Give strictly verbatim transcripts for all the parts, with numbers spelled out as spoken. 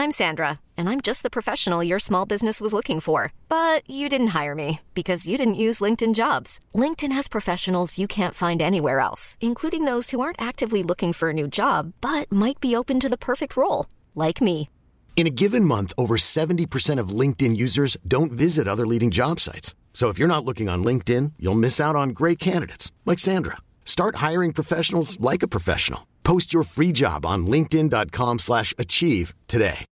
I'm Sandra, and I'm just the professional your small business was looking for. But you didn't hire me because you didn't use LinkedIn Jobs. LinkedIn has professionals you can't find anywhere else, including those who aren't actively looking for a new job, but might be open to the perfect role, like me. In a given month, over seventy percent of LinkedIn users don't visit other leading job sites. So if you're not looking on LinkedIn, you'll miss out on great candidates like Sandra. Start hiring professionals like a professional. Post your free job on linkedin.com slash achieve today.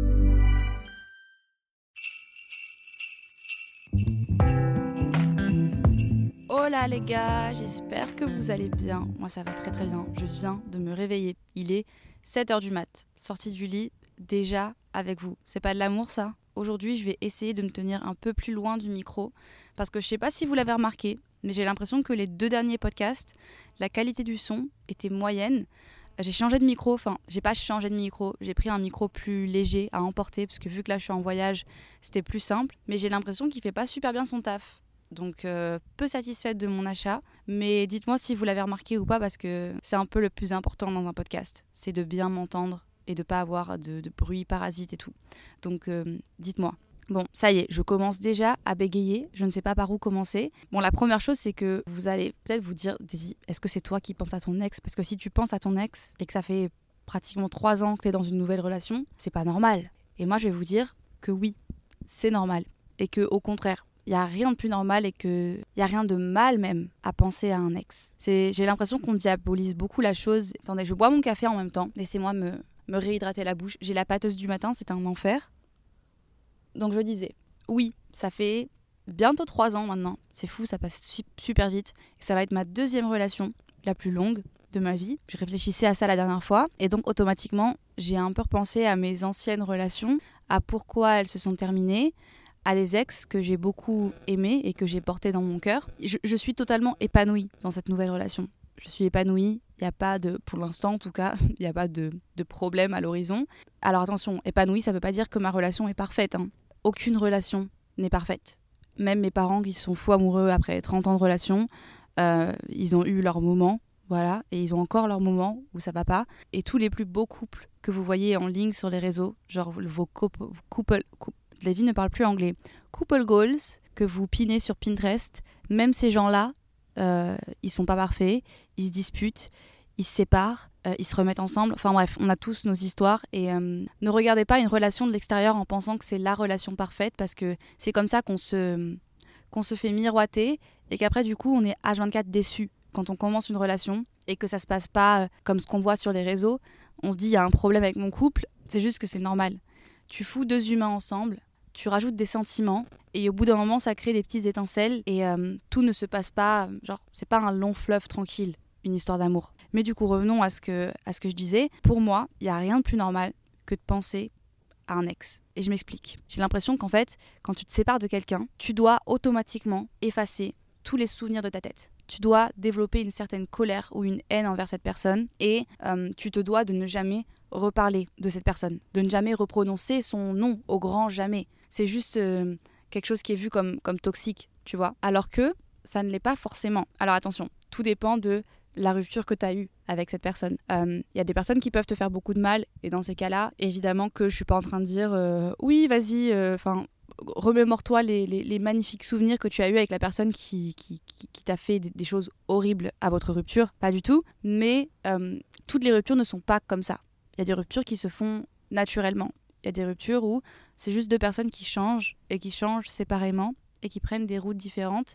Hola les gars, j'espère que vous allez bien. Moi ça va très très bien, je viens de me réveiller. Il est sept heures du mat, sortie du lit, déjà avec vous. C'est pas de l'amour ça ? Aujourd'hui je vais essayer de me tenir un peu plus loin du micro parce que je sais pas si vous l'avez remarqué, mais j'ai l'impression que les deux derniers podcasts, la qualité du son était moyenne. J'ai changé de micro, enfin j'ai pas changé de micro, j'ai pris un micro plus léger à emporter parce que vu que là je suis en voyage, c'était plus simple, mais j'ai l'impression qu'il fait pas super bien son taf. Donc euh, peu satisfaite de mon achat, mais dites-moi si vous l'avez remarqué ou pas parce que c'est un peu le plus important dans un podcast, c'est de bien m'entendre et de pas avoir de, de bruit parasite et tout. Donc euh, dites-moi. Bon, ça y est, je commence déjà à bégayer, je ne sais pas par où commencer. Bon, la première chose, c'est que vous allez peut-être vous dire, Daisy, est-ce que c'est toi qui penses à ton ex ? Parce que si tu penses à ton ex et que ça fait pratiquement trois ans que tu es dans une nouvelle relation, c'est pas normal. Et moi, je vais vous dire que oui, c'est normal. Et que au contraire, il n'y a rien de plus normal et qu'il n'y a rien de mal même à penser à un ex. C'est, j'ai l'impression qu'on diabolise beaucoup la chose. Attendez, je bois mon café en même temps. Laissez-moi me, me réhydrater la bouche. J'ai la pâteuse du matin, c'est un enfer. Donc je disais, oui, ça fait bientôt trois ans maintenant. C'est fou, ça passe super vite. Et ça va être ma deuxième relation, la plus longue de ma vie. Je réfléchissais à ça la dernière fois. Et donc automatiquement, j'ai un peu repensé à mes anciennes relations, à pourquoi elles se sont terminées, à des ex que j'ai beaucoup aimés et que j'ai portés dans mon cœur. Je, je suis totalement épanouie dans cette nouvelle relation. Je suis épanouie, il n'y a pas de, pour l'instant en tout cas, il n'y a pas de, de problème à l'horizon. Alors attention, épanouie, ça ne veut pas dire que ma relation est parfaite, hein. Aucune relation n'est parfaite. Même mes parents qui sont fous amoureux après trente ans de relation, euh, ils ont eu leur moment, voilà, et ils ont encore leur moment où ça va pas. Et tous les plus beaux couples que vous voyez en ligne sur les réseaux, genre vos couple, couple, couple la vie ne parle plus anglais, couple goals que vous pinez sur Pinterest, même ces gens-là, euh, ils sont pas parfaits, ils se disputent, ils se séparent, euh, ils se remettent ensemble. Enfin bref, on a tous nos histoires et euh, ne regardez pas une relation de l'extérieur en pensant que c'est la relation parfaite parce que c'est comme ça qu'on se, qu'on se fait miroiter et qu'après du coup on est H vingt-quatre déçu quand on commence une relation et que ça se passe pas comme ce qu'on voit sur les réseaux. On se dit il y a un problème avec mon couple, c'est juste que c'est normal. Tu fous deux humains ensemble, tu rajoutes des sentiments et au bout d'un moment ça crée des petites étincelles et euh, tout ne se passe pas, genre c'est pas un long fleuve tranquille, une histoire d'amour. Mais du coup revenons à ce que, à ce que je disais, pour moi il n'y a rien de plus normal que de penser à un ex. Et je m'explique, j'ai l'impression qu'en fait quand tu te sépares de quelqu'un, tu dois automatiquement effacer tous les souvenirs de ta tête. Tu dois développer une certaine colère ou une haine envers cette personne et euh, tu te dois de ne jamais reparler de cette personne, de ne jamais reprononcer son nom au grand jamais. C'est juste euh, quelque chose qui est vu comme, comme toxique, tu vois. Alors que ça ne l'est pas forcément. Alors attention, tout dépend de la rupture que tu as eue avec cette personne. Il euh, y a des personnes qui peuvent te faire beaucoup de mal et dans ces cas-là, évidemment que je suis pas en train de dire euh, oui, vas-y, enfin... Euh, remémore-toi les, les, les magnifiques souvenirs que tu as eus avec la personne qui, qui, qui, qui t'a fait des, des choses horribles à votre rupture. Pas du tout. Mais euh, toutes les ruptures ne sont pas comme ça. Il y a des ruptures qui se font naturellement. Il y a des ruptures où c'est juste deux personnes qui changent et qui changent séparément et qui prennent des routes différentes.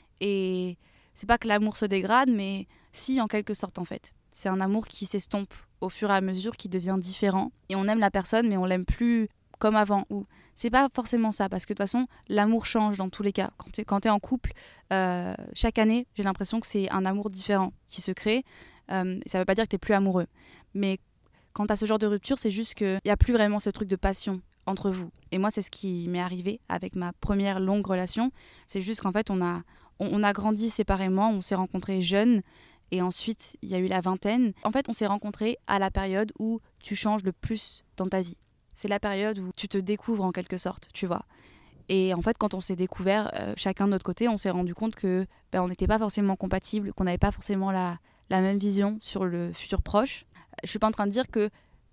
Et c'est pas que l'amour se dégrade, mais si, en quelque sorte, en fait. C'est un amour qui s'estompe au fur et à mesure, qui devient différent. Et on aime la personne, mais on l'aime plus comme avant. Ou c'est pas forcément ça, parce que de toute façon, l'amour change dans tous les cas. Quand t'es, quand t'es en couple, euh, chaque année, j'ai l'impression que c'est un amour différent qui se crée. Euh, et ça veut pas dire que t'es plus amoureux. Mais quand t'as ce genre de rupture, c'est juste qu'il y a plus vraiment ce truc de passion entre vous. Et moi, c'est ce qui m'est arrivé avec ma première longue relation. C'est juste qu'en fait, on a, on, on a grandi séparément, on s'est rencontrés jeunes. Et ensuite, il y a eu la vingtaine. En fait, on s'est rencontrés à la période où tu changes le plus dans ta vie. C'est la période où tu te découvres en quelque sorte, tu vois. Et en fait, quand on s'est découvert, euh, chacun de notre côté, on s'est rendu compte que ben, on n'était pas forcément compatibles, qu'on n'avait pas forcément la, la même vision sur le futur proche. Je suis pas en train de dire que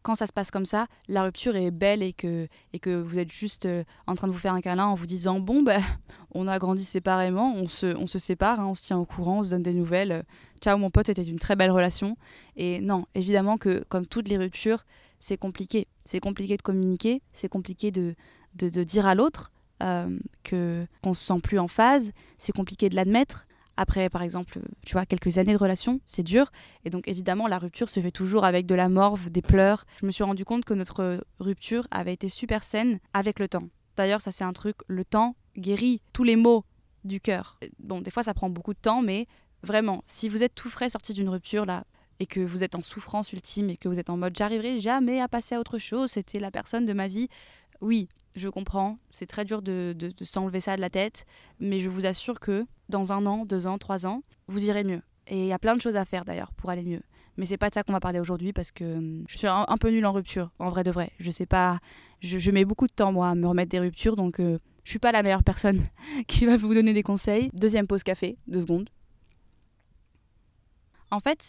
quand ça se passe comme ça, la rupture est belle et que, et que vous êtes juste euh, en train de vous faire un câlin en vous disant « Bon, ben, on a grandi séparément, on se, on se sépare, hein, on se tient au courant, on se donne des nouvelles. Ciao mon pote, c'était une très belle relation. » Et non, évidemment que comme toutes les ruptures, c'est compliqué. C'est compliqué de communiquer, c'est compliqué de, de, de dire à l'autre euh, que, qu'on se sent plus en phase, c'est compliqué de l'admettre. Après, par exemple, tu vois, quelques années de relation, c'est dur. Et donc, évidemment, la rupture se fait toujours avec de la morve, des pleurs. Je me suis rendu compte que notre rupture avait été super saine avec le temps. D'ailleurs, ça, c'est un truc, le temps guérit tous les maux du cœur. Bon, des fois, ça prend beaucoup de temps, mais vraiment, si vous êtes tout frais sorti d'une rupture, là, et que vous êtes en souffrance ultime, et que vous êtes en mode « j'arriverai jamais à passer à autre chose, c'était la personne de ma vie », oui, je comprends, c'est très dur de, de, de s'enlever ça de la tête, mais je vous assure que dans un an, deux ans, trois ans, vous irez mieux. Et il y a plein de choses à faire d'ailleurs pour aller mieux. Mais c'est pas de ça qu'on va parler aujourd'hui parce que hum, je suis un, un peu nulle en rupture, en vrai de vrai. Je sais pas, je, je mets beaucoup de temps moi à me remettre des ruptures, donc euh, je suis pas la meilleure personne qui va vous donner des conseils. Deuxième pause café, deux secondes. En fait,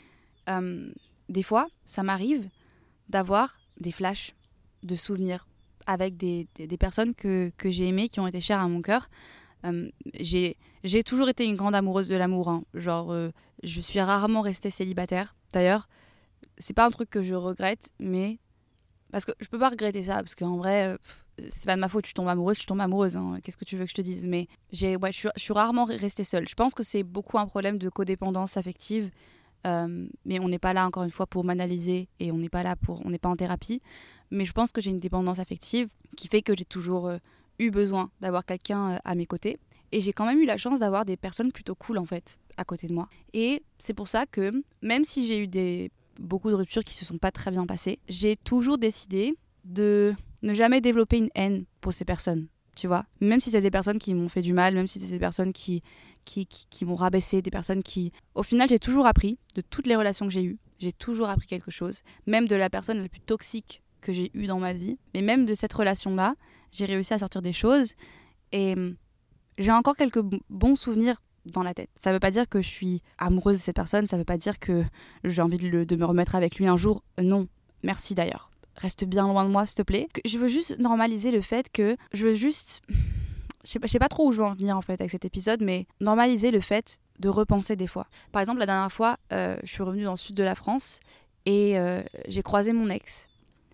euh, des fois, ça m'arrive d'avoir des flashs de souvenirs avec des, des, des personnes que, que j'ai aimées, qui ont été chères à mon cœur. Euh, j'ai, j'ai toujours été une grande amoureuse de l'amour. Hein. Genre, euh, je suis rarement restée célibataire. D'ailleurs, c'est pas un truc que je regrette, mais... Parce que je peux pas regretter ça, parce qu'en vrai, euh, c'est pas de ma faute, je tombe amoureuse, je tombe amoureuse. Hein. Qu'est-ce que tu veux que je te dise ? Mais j'ai, ouais, je, suis, je suis rarement restée seule. Je pense que c'est beaucoup un problème de codépendance affective. Euh, mais on n'est pas là encore une fois pour m'analyser et on n'est pas là pour, on n'est pas en thérapie. Mais je pense que j'ai une dépendance affective qui fait que j'ai toujours euh, eu besoin d'avoir quelqu'un euh, à mes côtés. Et j'ai quand même eu la chance d'avoir des personnes plutôt cool en fait à côté de moi. Et c'est pour ça que même si j'ai eu des, beaucoup de ruptures qui se sont pas très bien passées, j'ai toujours décidé de ne jamais développer une haine pour ces personnes. Tu vois, même si c'est des personnes qui m'ont fait du mal, même si c'est des personnes qui, qui, qui, qui m'ont rabaissé, des personnes qui... Au final, j'ai toujours appris de toutes les relations que j'ai eues. J'ai toujours appris quelque chose, même de la personne la plus toxique que j'ai eue dans ma vie. Mais même de cette relation-là, j'ai réussi à sortir des choses. Et j'ai encore quelques bons souvenirs dans la tête. Ça veut pas dire que je suis amoureuse de cette personne, ça veut pas dire que j'ai envie de, le, de me remettre avec lui un jour. Non, merci d'ailleurs. Reste bien loin de moi, s'il te plaît. Je veux juste normaliser le fait que... Je veux juste... Je sais pas, je sais pas trop où je veux en venir en fait avec cet épisode, mais normaliser le fait de repenser des fois. Par exemple, la dernière fois, euh, je suis revenue dans le sud de la France et euh, j'ai croisé mon ex.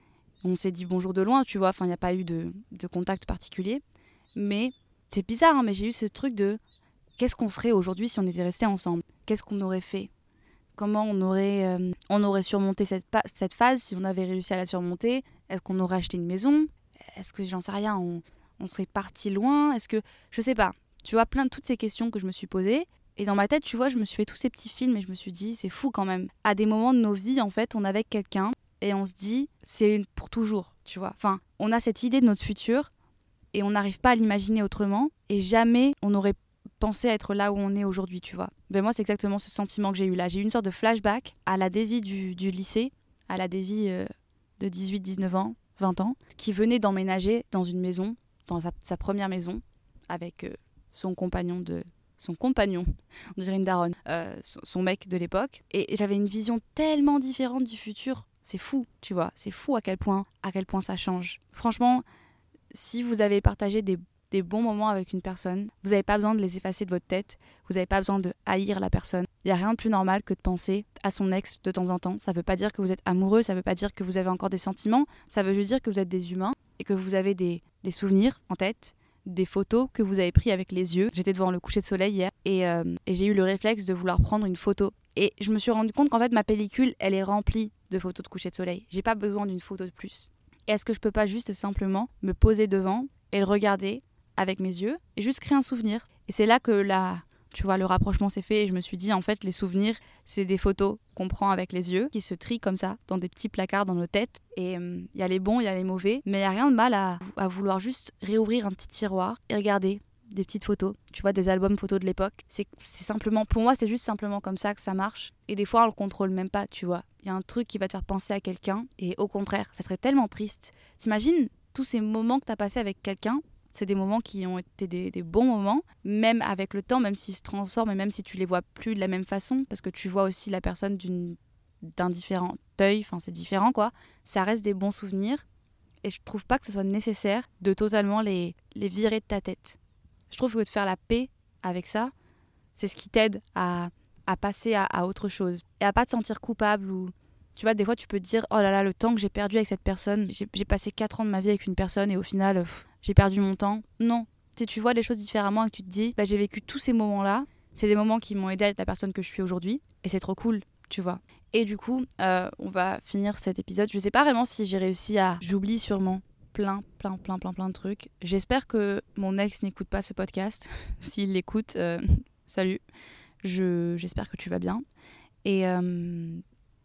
On s'est dit bonjour de loin, tu vois, enfin, il n'y a pas eu de, de contact particulier. Mais c'est bizarre, hein, mais j'ai eu ce truc de... Qu'est-ce qu'on serait aujourd'hui si on était restés ensemble ? Qu'est-ce qu'on aurait fait ? Comment on aurait, euh, on aurait surmonté cette, pa- cette phase si on avait réussi à la surmonter ? Est-ce qu'on aurait acheté une maison ? Est-ce que, j'en sais rien, on, on serait parti loin ? Est-ce que... Je sais pas. Tu vois, plein de toutes ces questions que je me suis posées. Et dans ma tête, tu vois, je me suis fait tous ces petits films et je me suis dit, c'est fou quand même. À des moments de nos vies, en fait, on est avec quelqu'un et on se dit, c'est pour toujours, tu vois. Enfin, on a cette idée de notre futur et on n'arrive pas à l'imaginer autrement. Et jamais on aurait pensé à être là où on est aujourd'hui, tu vois. Ben moi, c'est exactement ce sentiment que j'ai eu là. J'ai eu une sorte de flashback à la Davy du, du lycée, à la Davy euh, de dix-huit dix-neuf ans, vingt ans, qui venait d'emménager dans une maison, dans sa, sa première maison, avec euh, son compagnon de... son compagnon, on dirait une daronne, euh, son, son mec de l'époque. Et, et j'avais une vision tellement différente du futur. C'est fou, tu vois. C'est fou à quel point, à quel point ça change. Franchement, si vous avez partagé des des bons moments avec une personne, vous n'avez pas besoin de les effacer de votre tête, vous n'avez pas besoin de haïr la personne. Il n'y a rien de plus normal que de penser à son ex de temps en temps. Ça ne veut pas dire que vous êtes amoureux, ça ne veut pas dire que vous avez encore des sentiments, ça veut juste dire que vous êtes des humains et que vous avez des, des souvenirs en tête, des photos que vous avez prises avec les yeux. J'étais devant le coucher de soleil hier et, euh, et j'ai eu le réflexe de vouloir prendre une photo. Et je me suis rendu compte qu'en fait ma pellicule, elle est remplie de photos de coucher de soleil. J'ai pas besoin d'une photo de plus. Et est-ce que je peux pas juste simplement me poser devant et le regarder avec mes yeux et juste créer un souvenir. Et c'est là que la, tu vois, le rapprochement s'est fait et je me suis dit en fait les souvenirs c'est des photos qu'on prend avec les yeux qui se trient comme ça dans des petits placards dans nos têtes et il euh, y a les bons, il y a les mauvais mais il y a rien de mal à, à vouloir juste réouvrir un petit tiroir et regarder des petites photos, tu vois, des albums photos de l'époque. C'est, c'est simplement, pour moi c'est juste simplement comme ça que ça marche et des fois on le contrôle même pas, tu vois. Il y a un truc qui va te faire penser à quelqu'un et au contraire ça serait tellement triste. T'imagines tous ces moments que t'as passés avec quelqu'un. C'est des moments qui ont été des, des bons moments, même avec le temps, même s'ils se transforment et même si tu les vois plus de la même façon, parce que tu vois aussi la personne d'une, d'un différent portefeuille, enfin c'est différent quoi. Ça reste des bons souvenirs et je trouve pas que ce soit nécessaire de totalement les, les virer de ta tête. Je trouve que de faire la paix avec ça, c'est ce qui t'aide à, à passer à, à autre chose et à pas te sentir coupable ou... Tu vois, des fois, tu peux te dire « Oh là là, le temps que j'ai perdu avec cette personne, j'ai, j'ai passé quatre ans de ma vie avec une personne et au final, pff, j'ai perdu mon temps. » Non. Si tu vois les choses différemment et que tu te dis bah, « J'ai vécu tous ces moments-là, c'est des moments qui m'ont aidé à être la personne que je suis aujourd'hui et c'est trop cool. » Tu vois. Et du coup, euh, on va finir cet épisode. Je sais pas vraiment si j'ai réussi à... J'oublie sûrement plein, plein, plein, plein, plein de trucs. J'espère que mon ex n'écoute pas ce podcast. S'il l'écoute, euh, salut. Je, j'espère que tu vas bien. Et... Euh,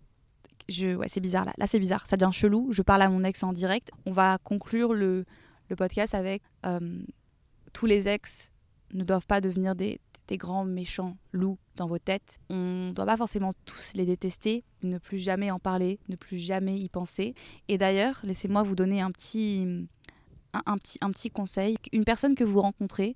Je, ouais, c'est bizarre là. Là, c'est bizarre. Ça devient chelou. Je parle à mon ex en direct. On va conclure le, le podcast avec euh, tous les ex ne doivent pas devenir des, des grands méchants loups dans vos têtes. On ne doit pas forcément tous les détester, ne plus jamais en parler, ne plus jamais y penser. Et d'ailleurs, laissez-moi vous donner un petit, un, un petit, un petit conseil. Une personne que vous rencontrez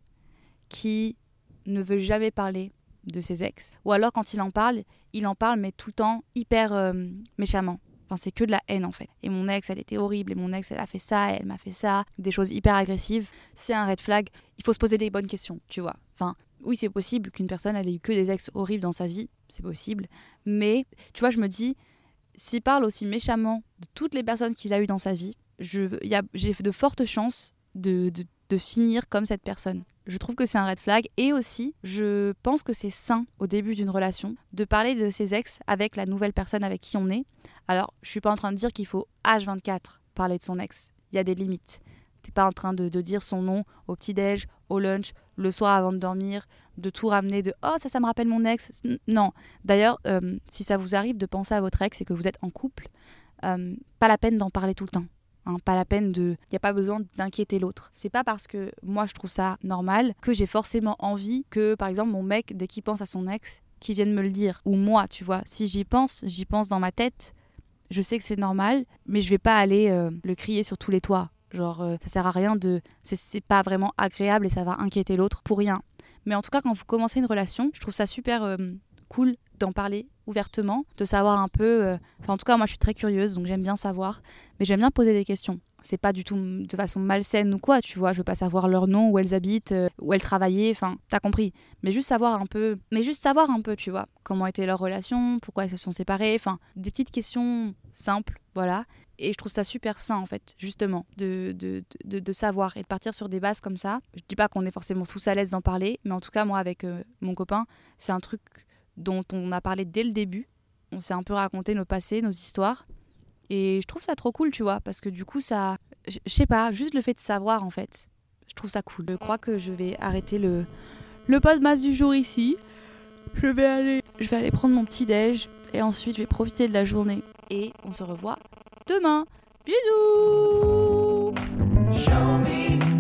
qui ne veut jamais parler de ses ex, ou alors quand il en parle, il en parle mais tout le temps hyper euh, méchamment. Enfin, c'est que de la haine en fait. Et mon ex, elle était horrible, et mon ex, elle a fait ça, et elle m'a fait ça, des choses hyper agressives. C'est un red flag. Il faut se poser des bonnes questions, tu vois. Enfin, oui, c'est possible qu'une personne, elle ait eu que des ex horribles dans sa vie, c'est possible. Mais, tu vois, je me dis, s'il parle aussi méchamment de toutes les personnes qu'il a eues dans sa vie, je, y a, j'ai de fortes chances de... de de finir comme cette personne. Je trouve que c'est un red flag et aussi, je pense que c'est sain au début d'une relation de parler de ses ex avec la nouvelle personne avec qui on est. Alors, je suis pas en train de dire qu'il faut H vingt-quatre parler de son ex. Il y a des limites. T'es pas en train de, de dire son nom au petit-déj, au lunch, le soir avant de dormir, de tout ramener de « Oh, ça, ça me rappelle mon ex ». Non. D'ailleurs, euh, si ça vous arrive de penser à votre ex et que vous êtes en couple, euh, pas la peine d'en parler tout le temps. Hein, pas la peine de... Il n'y a pas besoin d'inquiéter l'autre. C'est pas parce que moi je trouve ça normal que j'ai forcément envie que, par exemple, mon mec, dès qu'il pense à son ex, qu'il vienne me le dire. Ou moi, tu vois. Si j'y pense, j'y pense dans ma tête. Je sais que c'est normal, mais je vais pas aller euh, le crier sur tous les toits. Genre, euh, ça sert à rien de... C'est, c'est pas vraiment agréable et ça va inquiéter l'autre pour rien. Mais en tout cas, quand vous commencez une relation, je trouve ça super euh, cool d'en parler ouvertement, de savoir un peu... Euh... Enfin, en tout cas, moi, je suis très curieuse, donc j'aime bien savoir. Mais j'aime bien poser des questions. C'est pas du tout de façon malsaine ou quoi, tu vois. Je veux pas savoir leur nom, où elles habitent, euh, où elles travaillaient, enfin, t'as compris. Mais juste savoir un peu... Mais juste savoir un peu, tu vois. Comment était leur relation, pourquoi elles se sont séparées, enfin, des petites questions simples, voilà. Et je trouve ça super sain, en fait, justement, de, de, de, de savoir et de partir sur des bases comme ça. Je dis pas qu'on est forcément tous à l'aise d'en parler, mais en tout cas, moi, avec euh, mon copain, c'est un truc dont on a parlé dès le début. On s'est un peu raconté nos passés, nos histoires. Et je trouve ça trop cool, tu vois, parce que du coup, ça... Je sais pas, juste le fait de savoir, en fait. Je trouve ça cool. Je crois que je vais arrêter le, le podcast du jour ici. Je vais aller... Je vais aller prendre mon petit-déj. Et ensuite, je vais profiter de la journée. Et on se revoit demain. Bisous! Show me